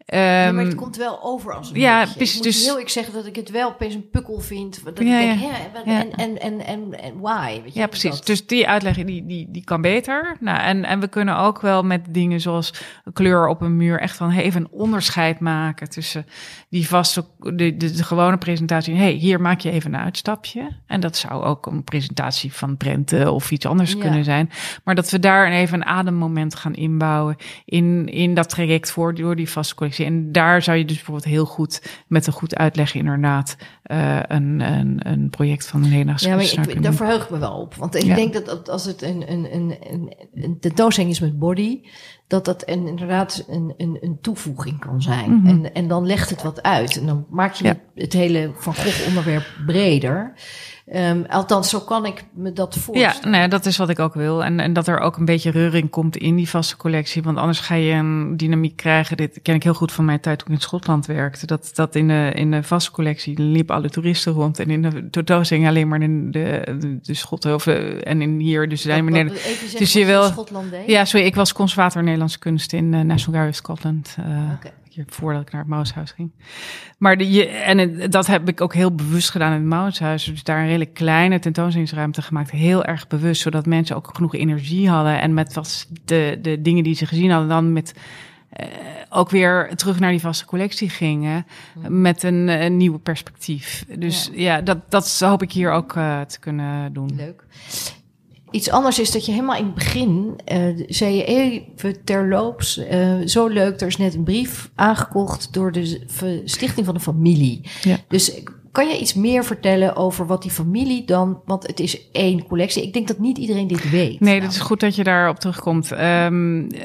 Um, ja, maar het komt wel over als een ja, beetje. precies, Ik moet dus, heel eerlijk zeggen dat ik het wel opeens een pukkel vind. Dat ja, ik denk, ja, hè, wat, ja. en, en, en, en, en why? Weet je, ja, precies. dat. Dus die uitleg die, die, die kan beter. Nou, en, en we kunnen ook wel met dingen zoals kleur op een muur echt van even een onderscheid maken tussen die vaste, de, de, de gewone presentatie. Hey, hier maak je even een uitstapje. En dat zou ook een presentatie van prenten of iets anders Ja. kunnen zijn. Maar dat we daar even een ademmoment gaan inbouwen in, in dat traject voor door die vaste collectie. En daar zou je dus bijvoorbeeld heel goed met een goed uitleg inderdaad uh, een, een, een project van een hedendaagse Ja, maar kunstenaar ik, kunnen daar doen. verheug ik me wel op. Want ik Ja. denk dat, dat als het een, een, een, een, een tentoonstelling is met body, dat dat een, inderdaad een, een, een toevoeging kan zijn. Mhm. En, en dan legt het wat uit. En dan maak je Ja. het hele Van Gogh onderwerp breder. Um, althans, zo kan ik me dat voorstellen. Ja, nee, dat is wat ik ook wil. En, en dat er ook een beetje reuring komt in die vaste collectie. Want anders ga je een dynamiek krijgen. Dit ken ik heel goed van mijn tijd toen ik in Schotland werkte. Dat, dat in, de, in de vaste collectie liepen alle toeristen rond. En in de tentoonstelling alleen maar de, de, de, de Schotten. Of, uh, en in hier dus alleen maar Wat- Nederland. wat- even zeggen Dus je wat wil- in Schotland deed. Ja, sorry, ik was conservator Nederlandse kunst in uh, National Gallery of Scotland. Uh, Oké. hier, voordat ik naar het Mauritshuis ging. Maar de, je, en het, dat heb ik ook heel bewust gedaan in het Mauritshuis. Dus daar een redelijk kleine tentoonstellingsruimte gemaakt. Heel erg bewust, zodat mensen ook genoeg energie hadden. En met wat de, de dingen die ze gezien hadden, dan met uh, ook weer terug naar die vaste collectie gingen. Hmm. Met een, een nieuwe perspectief. Dus ja, Ja. dat, dat hoop ik hier ook uh, te kunnen doen. Leuk. Iets anders is dat je helemaal in het begin, uh, zei je even terloops, uh, zo leuk, er is net een brief aangekocht door de v- stichting van de familie. Ja. Dus kan je iets meer vertellen over wat die familie dan, want het is één collectie. Ik denk dat niet iedereen dit weet. Nee, Nou, dat is goed dat je daarop terugkomt. Um, uh,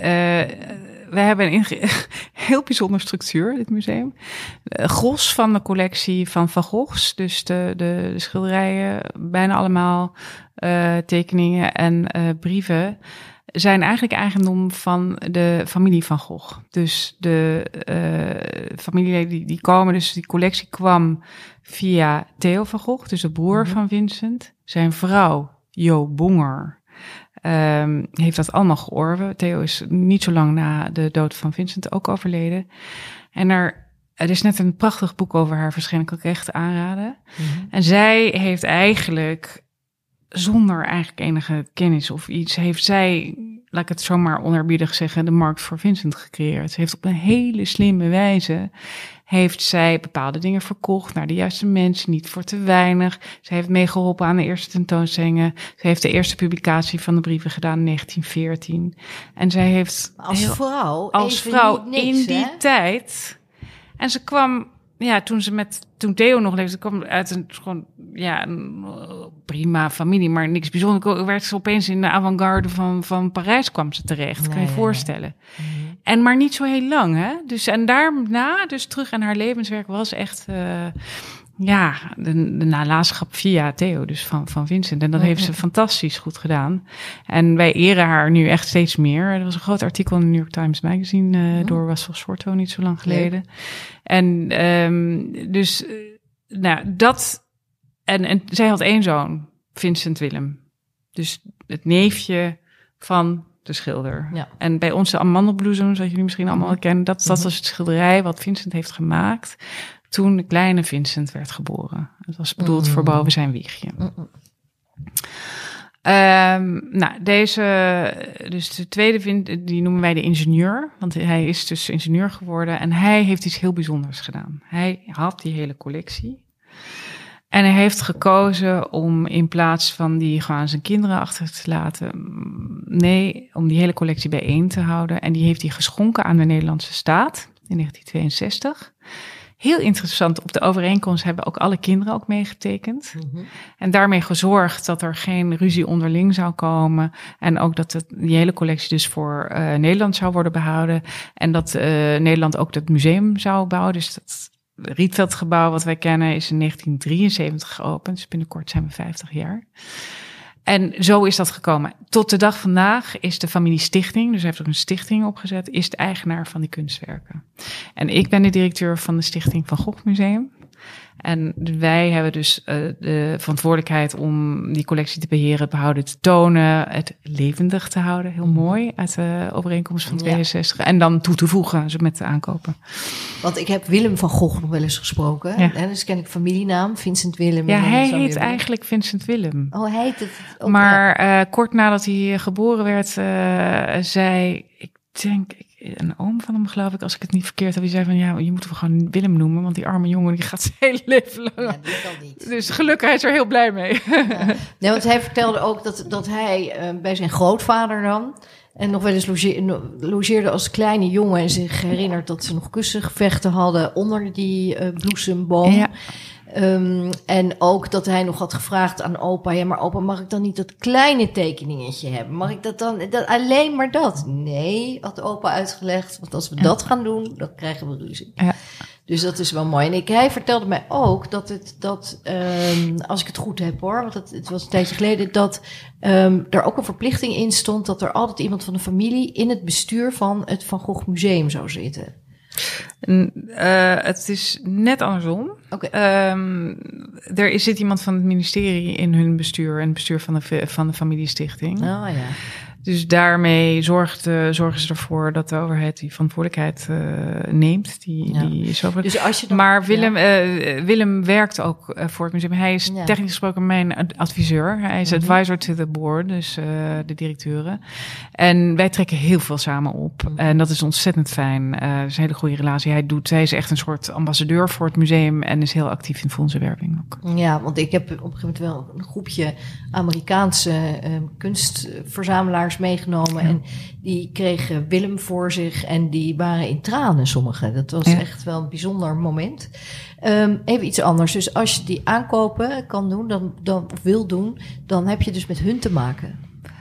we hebben een inge- heel bijzondere structuur, dit museum. Uh, gros van de collectie van Van Goghs, dus de, de, de schilderijen, bijna allemaal uh, tekeningen en uh, brieven, zijn eigenlijk eigendom van de familie Van Gogh. Dus de uh, familieleden die, die komen, dus die collectie kwam via Theo van Gogh, dus de broer Mhm. van Vincent. Zijn vrouw, Jo Bonger, Um, heeft dat allemaal georven. Theo is niet zo lang na de dood van Vincent ook overleden. En er, er is net een prachtig boek over haar verschenen, kan ik echt aanraden. Mhm. En zij heeft eigenlijk, zonder eigenlijk enige kennis of iets, heeft zij, laat ik het zomaar onerbiedig zeggen, de markt voor Vincent gecreëerd. Ze heeft op een hele slimme wijze, heeft zij bepaalde dingen verkocht naar de juiste mensen, niet voor te weinig. Ze heeft meegeholpen aan de eerste tentoonstellingen. Ze heeft de eerste publicatie van de brieven gedaan in negentien veertien. En zij heeft Als heel- vrouw, als even vrouw niet niks, in die hè? tijd. En ze kwam, ja, toen ze met, toen Theo nog leefde, ze kwam uit een gewoon, ja, een uh, prima familie, maar niks bijzonders. Werd ze opeens in de avant-garde van, van Parijs kwam ze terecht, kan je Nee, je voorstellen. Mhm. En maar niet zo heel lang, hè? Dus en daarna, dus terug aan haar levenswerk was echt, uh, ja, de, de nalatenschap via Theo, dus van, van Vincent. En dat Mhm. heeft ze fantastisch goed gedaan. En wij eren haar nu echt steeds meer. Er was een groot artikel in de New York Times Magazine uh, Mhm. door Russell Shorto niet zo lang geleden. En um, dus, uh, nou, dat. En, en zij had één zoon, Vincent Willem. Dus het neefje van de schilder. Ja. En bij onze amandelbloesem, zoals jullie misschien allemaal Mhm. kennen, dat, dat Mhm. was het schilderij wat Vincent heeft gemaakt toen de kleine Vincent werd geboren. Het was bedoeld Mhm. voor boven zijn wiegje. Mhm. Um, nou, deze, dus de tweede, Vin- die noemen wij de ingenieur, want hij is dus ingenieur geworden en hij heeft iets heel bijzonders gedaan. Hij had die hele collectie en hij heeft gekozen om in plaats van die gewoon zijn kinderen achter te laten, nee, om die hele collectie bijeen te houden. En die heeft hij geschonken aan de Nederlandse staat in negentien tweeënzestig. Heel interessant, op de overeenkomst hebben ook alle kinderen ook meegetekend. Mhm. En daarmee gezorgd dat er geen ruzie onderling zou komen. En ook dat het, die hele collectie dus voor uh, Nederland zou worden behouden. En dat uh, Nederland ook dat museum zou bouwen. Dus dat Rietveldgebouw wat wij kennen is in negentien drieënzeventig geopend. Dus binnenkort zijn we vijftig jaar. En zo is dat gekomen. Tot de dag vandaag is de familie Stichting, dus hij heeft er een stichting opgezet, is de eigenaar van die kunstwerken. En ik ben de directeur van de Stichting Van Gogh Museum. En wij hebben dus uh, de verantwoordelijkheid om die collectie te beheren, het behouden, te tonen, het levendig te houden. Heel mooi, uit de overeenkomst van tweeënzestig. Ja. En dan toe te voegen, zo met de aankopen. Want ik heb Willem van Gogh nog wel eens gesproken. Ja. En dus ken ik familienaam, Vincent Willem. Ja, hij heet eigenlijk Vincent Willem. Oh, hij heet het ook. Maar uh, kort nadat hij geboren werd, uh, zei, ik denk, een oom van hem geloof ik, als ik het niet verkeerd heb, die zei van, ja, je moet hem gewoon Willem noemen, want die arme jongen, die gaat zijn hele leven lang. Ja, die kan niet. Dus gelukkig, hij is er heel blij mee. Ja. Nee, want hij vertelde ook dat, dat hij uh, bij zijn grootvader dan, en nog wel eens logeerde, logeerde als kleine jongen en zich herinnert dat ze nog kussengevechten hadden onder die uh, bloesemboom. Ja. Um, en ook dat hij nog had gevraagd aan opa, ja, maar opa, mag ik dan niet dat kleine tekeningetje hebben? Mag ik dat dan, dat, alleen maar dat? Nee, had opa uitgelegd, want als we ja. dat gaan doen, dan krijgen we ruzie. Ja. Dus dat is wel mooi. En ik, hij vertelde mij ook dat het, dat, um, als ik het goed heb hoor, want het, het was een tijdje geleden, dat um, er ook een verplichting in stond dat er altijd iemand van de familie in het bestuur van het Van Gogh Museum zou zitten. Uh, het is net andersom. Okay. Um, er is, zit iemand van het ministerie in hun bestuur en het bestuur van de, van de familiestichting. Oh ja. Dus daarmee zorgt, uh, zorgen ze ervoor dat de overheid die verantwoordelijkheid uh, neemt. Die, ja. die is over... dus als je dan, maar Willem, ja. uh, Willem werkt ook uh, voor het museum. Hij is ja. technisch gesproken mijn adviseur. Hij is mm-hmm. advisor to the board, dus uh, de directeuren. En wij trekken heel veel samen op. Mm-hmm. En dat is ontzettend fijn. Uh, dat is een hele goede relatie. Hij, doet, hij is echt een soort ambassadeur voor het museum en is heel actief in fondsenwerving ook. Ja, want ik heb op een gegeven moment wel een groepje Amerikaanse uh, kunstverzamelaars meegenomen. Ja. En die kregen Willem voor zich en die waren in tranen, sommigen. Dat was ja. echt wel een bijzonder moment. Um, even iets anders. Dus als je die aankopen kan doen, dan, dan of wil doen, dan heb je dus met hun te maken.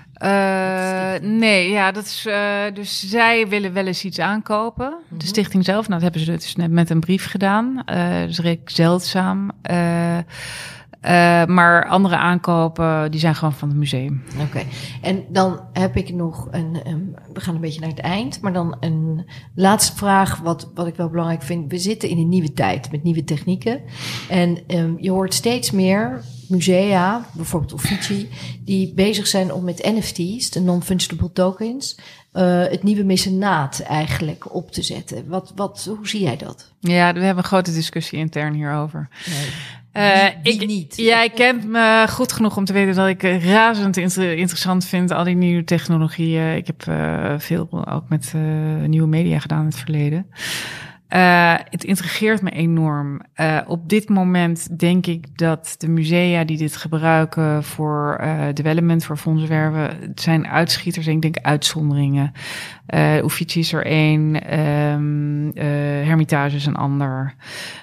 Uh, nee, ja, dat is, uh, dus zij willen wel eens iets aankopen. Mm-hmm. De stichting zelf, nou, dat hebben ze dus net met een brief gedaan. Uh, dus redelijk zeldzaam. Uh, Uh, maar andere aankopen, die zijn gewoon van het museum. Oké. Okay. En dan heb ik nog een, um, we gaan een beetje naar het eind, maar dan een laatste vraag, wat, wat ik wel belangrijk vind. We zitten in een nieuwe tijd met nieuwe technieken. En um, je hoort steeds meer musea, bijvoorbeeld Uffizi, die bezig zijn om met N F T's, de non-fungible tokens, uh, het nieuwe mecenaat eigenlijk op te zetten. Wat, wat, hoe zie jij dat? Ja, we hebben een grote discussie intern hierover. Nee. Uh, wie, wie ik, niet. Jij kent me goed genoeg om te weten dat ik razend inter- interessant vind, al die nieuwe technologieën. Ik heb uh, veel ook met uh, nieuwe media gedaan in het verleden. Uh, het intrigeert me enorm. Uh, op dit moment denk ik dat de musea die dit gebruiken voor uh, development, voor fondsenwerven, het zijn uitschieters en ik denk uitzonderingen. Uh, Uffizi is er één, um, uh, Hermitage is een ander.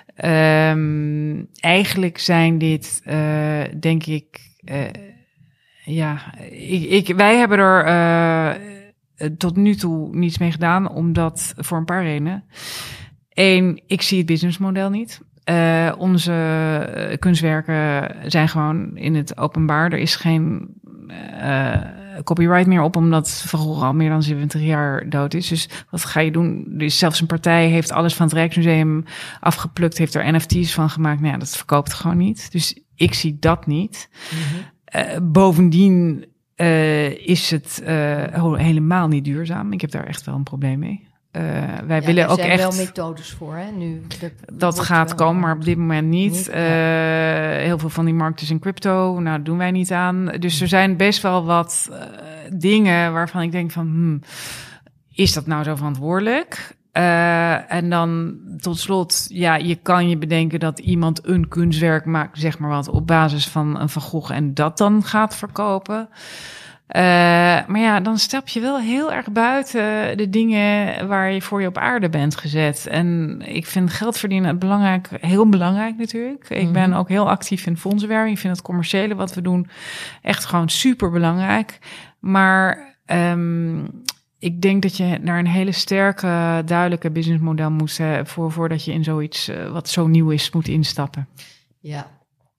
Um, eigenlijk zijn dit, uh, denk ik, uh, ja, ik, ik, wij hebben er uh, tot nu toe niets mee gedaan, omdat voor een paar redenen. Eén, ik zie het businessmodel niet. Uh, onze kunstwerken zijn gewoon in het openbaar. Er is geen uh, copyright meer op, omdat Van Gogh al meer dan zeventig jaar dood is. Dus wat ga je doen? Er is zelfs een partij heeft alles van het Rijksmuseum afgeplukt, heeft er N F T's van gemaakt. Nou ja, dat verkoopt gewoon niet. Dus ik zie dat niet. Mm-hmm. Uh, bovendien uh, is het uh, helemaal niet duurzaam. Ik heb daar echt wel een probleem mee. Uh, wij ja, willen er ook zijn echt. Wel methodes voor, hè? Nu dat, dat gaat komen, maar op dit moment niet. niet uh, ja. Heel veel van die markten zijn crypto. Nou, dat doen wij niet aan. Dus er zijn best wel wat uh, dingen waarvan ik denk van, hmm, is dat nou zo verantwoordelijk? Uh, en dan tot slot, ja, je kan je bedenken dat iemand een kunstwerk maakt, zeg maar wat, op basis van een Van Gogh en dat dan gaat verkopen. Uh, maar ja, dan stap je wel heel erg buiten de dingen waar je voor je op aarde bent gezet. En ik vind geld verdienen belangrijk, heel belangrijk natuurlijk. Ik ben ook heel actief in fondsenwerving. Ik vind het commerciële wat we doen echt gewoon super belangrijk. Maar um, ik denk dat je naar een hele sterke, duidelijke businessmodel moet uh, voor voordat je in zoiets uh, wat zo nieuw is moet instappen. Ja.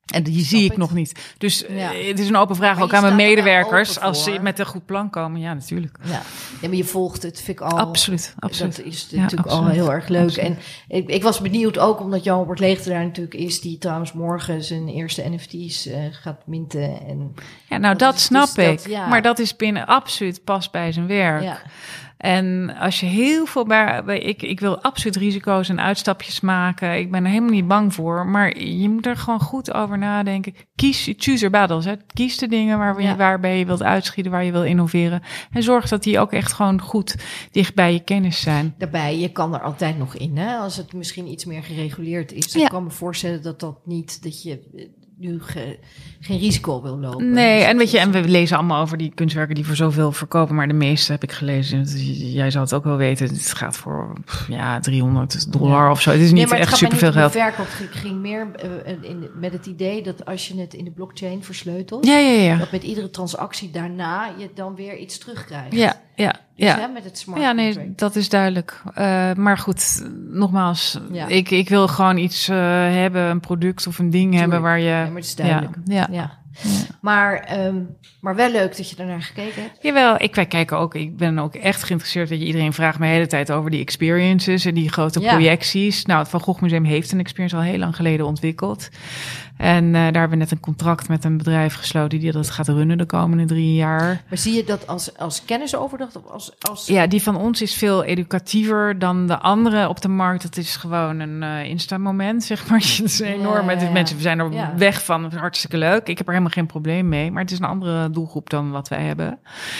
En die zie ik nog niet. Dus Ja. uh, het is een open vraag Maar ook je aan mijn staat er wel medewerkers. open Als ze voor. met een goed plan komen, ja, natuurlijk. Ja. ja, maar je volgt het, vind ik al. Absoluut, absoluut. Dat is Ja, natuurlijk absoluut. al heel erg leuk. Absoluut. En ik, ik was benieuwd ook omdat Jan-Robert Leegte daar natuurlijk is, die trouwens morgen zijn eerste N F T's uh, gaat minten. En Ja, nou, dat dat is- snap dus ik. dat, ja. Maar dat is binnen absoluut past bij zijn werk. ja, En als je heel veel bij, bij ik, ik wil absoluut risico's en uitstapjes maken. Ik ben er helemaal niet bang voor. Maar je moet er gewoon goed over nadenken. Kies, choose your battles. Hè. Kies de dingen waar, Ja. waarbij je wilt uitschieten, waar je wil innoveren. En zorg dat die ook echt gewoon goed dicht bij je kennis zijn. daarbij, je kan er altijd nog in. Hè? Als het misschien iets meer gereguleerd is. Dan Ja. kan me voorstellen dat dat niet, dat je eh, nu ge- geen risico wil lopen. Nee, Dus en het weet je, is- en we lezen allemaal over die kunstwerken die voor zoveel verkopen, maar de meeste heb ik gelezen. Jij zal het ook wel weten. Het gaat voor pff, ja driehonderd dollar Ja. of zo. Het is niet Nee, maar het echt gaat mij superveel niet om geld. de verkoop. Het ging meer uh, in, met het idee dat als je het in de blockchain versleutelt, Ja, ja, ja. dat met iedere transactie daarna je dan weer iets terugkrijgt. Ja, ja, Dus, ja. hè, met het smart Ja, nee, contract. dat is duidelijk. Uh, maar goed, nogmaals, Ja. ik, ik wil gewoon iets uh, hebben, een product of een ding Tuurlijk. hebben waar je... Ja, maar het is duidelijk. Ja, ja. Ja. Ja. Maar, um, maar wel leuk dat je daarnaar gekeken hebt. Jawel, ik, wij kijken ook, ik ben ook echt geïnteresseerd dat je iedereen vraagt me de hele tijd over die experiences en die grote Ja. projecties. Nou, het Van Gogh Museum heeft een experience al heel lang geleden ontwikkeld. En uh, daar hebben we net een contract met een bedrijf gesloten die dat gaat runnen de komende drie jaar. Maar zie je dat als, als kennisoverdracht of als... als... Ja, die van ons is veel educatiever dan de andere op de markt. Dat is gewoon een uh, Insta-moment, zeg maar. Het is enorm. Ja, ja, ja. Mensen zijn er Ja. weg van. Het is hartstikke leuk. Ik heb er helemaal geen probleem mee. Maar het is een andere doelgroep dan wat wij hebben.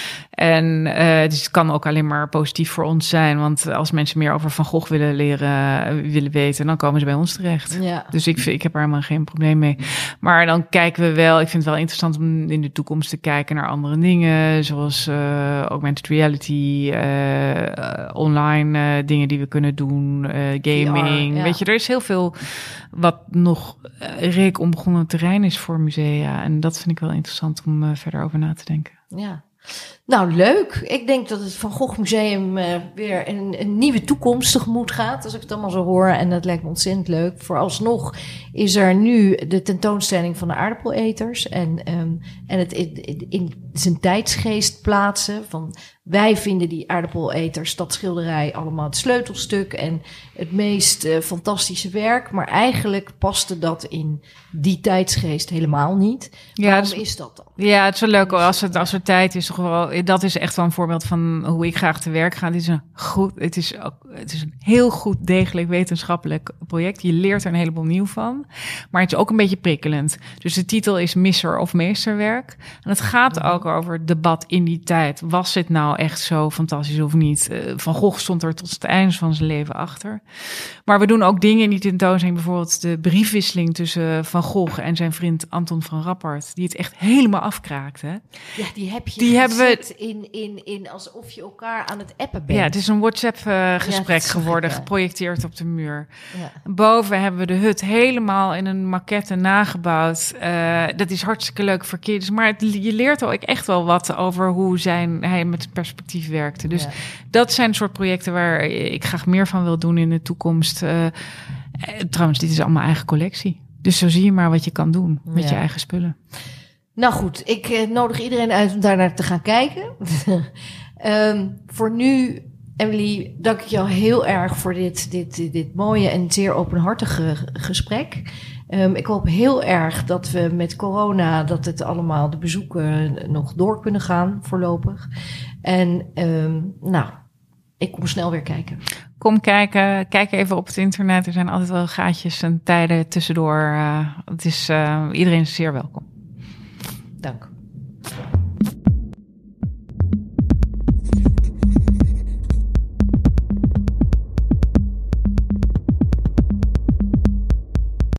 En uh, dus het kan ook alleen maar positief voor ons zijn. Want als mensen meer over Van Gogh willen leren, uh, willen weten, dan komen ze bij ons terecht. Ja. Dus ik, ik heb er helemaal geen probleem mee. Maar dan kijken we wel, ik vind het wel interessant om in de toekomst te kijken naar andere dingen, zoals uh, augmented reality, uh, uh, online uh, dingen die we kunnen doen, uh, gaming. V R, ja. Weet je, er is heel veel wat nog uh, redelijk onbegonnen terrein is voor musea. En dat vind ik wel interessant om uh, verder over na te denken. Ja. Nou, leuk. Ik denk dat het Van Gogh Museum uh, weer een, een nieuwe toekomst tegemoet gaat, als ik het allemaal zo hoor. En dat lijkt me ontzettend leuk. Vooralsnog is er nu de tentoonstelling van de aardappeleters. En, um, en het in, in zijn tijdsgeest plaatsen. Van wij vinden die aardappeleters, dat schilderij, allemaal het sleutelstuk en het meest uh, fantastische werk. Maar eigenlijk paste dat in die tijdsgeest helemaal niet. Ja, Waarom dus, is dat dan? Ja, het is wel leuk als het als er tijd is. Toch wel, dat is echt wel een voorbeeld van hoe ik graag te werk ga. Het is een goed, het is ook, het is een heel goed degelijk wetenschappelijk project. Je leert er een heleboel nieuw van, maar het is ook een beetje prikkelend. Dus de titel is Misser of Meesterwerk. En het gaat ook over het debat in die tijd. Was het nou echt zo fantastisch of niet? Van Gogh stond er tot het einde van zijn leven achter. Maar we doen ook dingen in die tentoonstelling. Bijvoorbeeld de briefwisseling tussen Van Gogh en zijn vriend Anton van Rappard, die het echt helemaal afkraakt. Hè? Ja, die heb je Die hebben we in, in, in alsof je elkaar aan het appen bent. Ja, het is een WhatsApp-gesprek Ja, uh, geworden, ik, ja. geprojecteerd op de muur. Ja. Boven hebben we de hut helemaal in een maquette nagebouwd. Uh, dat is hartstikke leuk voor kids. Maar het, je leert ook echt wel wat over hoe zijn, hij met perspectief werkte. Dus Ja. dat zijn soort projecten waar ik graag meer van wil doen in de toekomst. Uh, trouwens, dit is allemaal eigen collectie. Dus zo zie je maar wat je kan doen met Ja. je eigen spullen. Nou goed, ik uh, nodig iedereen uit om daar naar te gaan kijken. um, voor nu, Emily, dank ik jou heel erg voor dit, dit, dit, dit mooie en zeer openhartige gesprek. Um, ik hoop heel erg dat we met corona, dat het allemaal de bezoeken nog door kunnen gaan voorlopig. En um, nou, ik kom snel weer kijken. Kom kijken, kijk even op het internet. Er zijn altijd wel gaatjes en tijden tussendoor. Uh, het is, uh, iedereen is zeer welkom. Dank.